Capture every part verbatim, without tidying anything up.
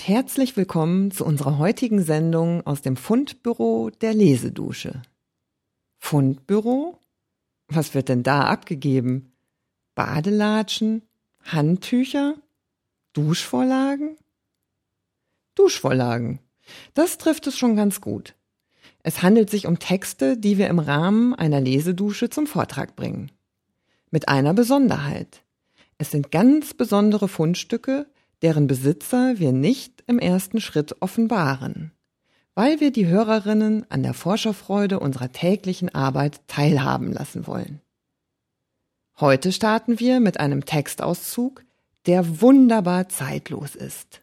und herzlich willkommen zu unserer heutigen Sendung aus dem Fundbüro der Lesedusche. Fundbüro? Was wird denn da abgegeben? Badelatschen? Handtücher? Duschvorlagen? Duschvorlagen. Das trifft es schon ganz gut. Es handelt sich um Texte, die wir im Rahmen einer Lesedusche zum Vortrag bringen. Mit einer Besonderheit. Es sind ganz besondere Fundstücke, deren Besitzer wir nicht im ersten Schritt offenbaren, weil wir die Hörerinnen an der Forscherfreude unserer täglichen Arbeit teilhaben lassen wollen. Heute starten wir mit einem Textauszug, der wunderbar zeitlos ist.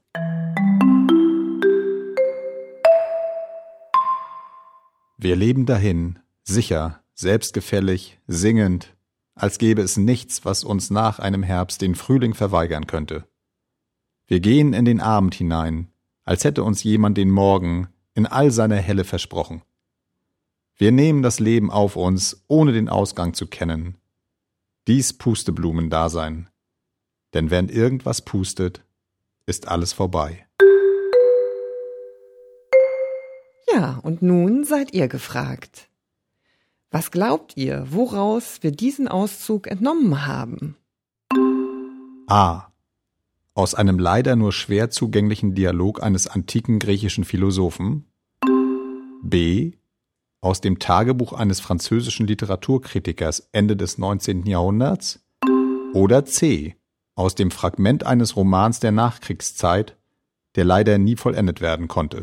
Wir leben dahin, sicher, selbstgefällig, singend, als gäbe es nichts, was uns nach einem Herbst den Frühling verweigern könnte. Wir gehen in den Abend hinein, als hätte uns jemand den Morgen in all seiner Helle versprochen. Wir nehmen das Leben auf uns, ohne den Ausgang zu kennen. Dies Pusteblumendasein. Denn wenn irgendwas pustet, ist alles vorbei. Ja, und nun seid ihr gefragt. Was glaubt ihr, woraus wir diesen Auszug entnommen haben? A. Aus einem leider nur schwer zugänglichen Dialog eines antiken griechischen Philosophen. B. Aus dem Tagebuch eines französischen Literaturkritikers Ende des neunzehnten Jahrhunderts. Oder C. Aus dem Fragment eines Romans der Nachkriegszeit, der leider nie vollendet werden konnte.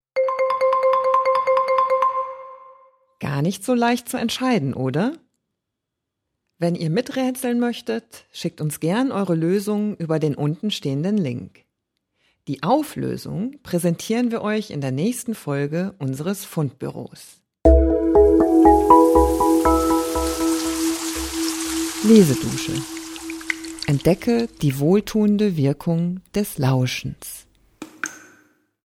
Gar nicht so leicht zu entscheiden, oder? Wenn ihr miträtseln möchtet, schickt uns gern eure Lösung über den unten stehenden Link. Die Auflösung präsentieren wir euch in der nächsten Folge unseres Fundbüros. Lesedusche. Entdecke die wohltuende Wirkung des Lauschens.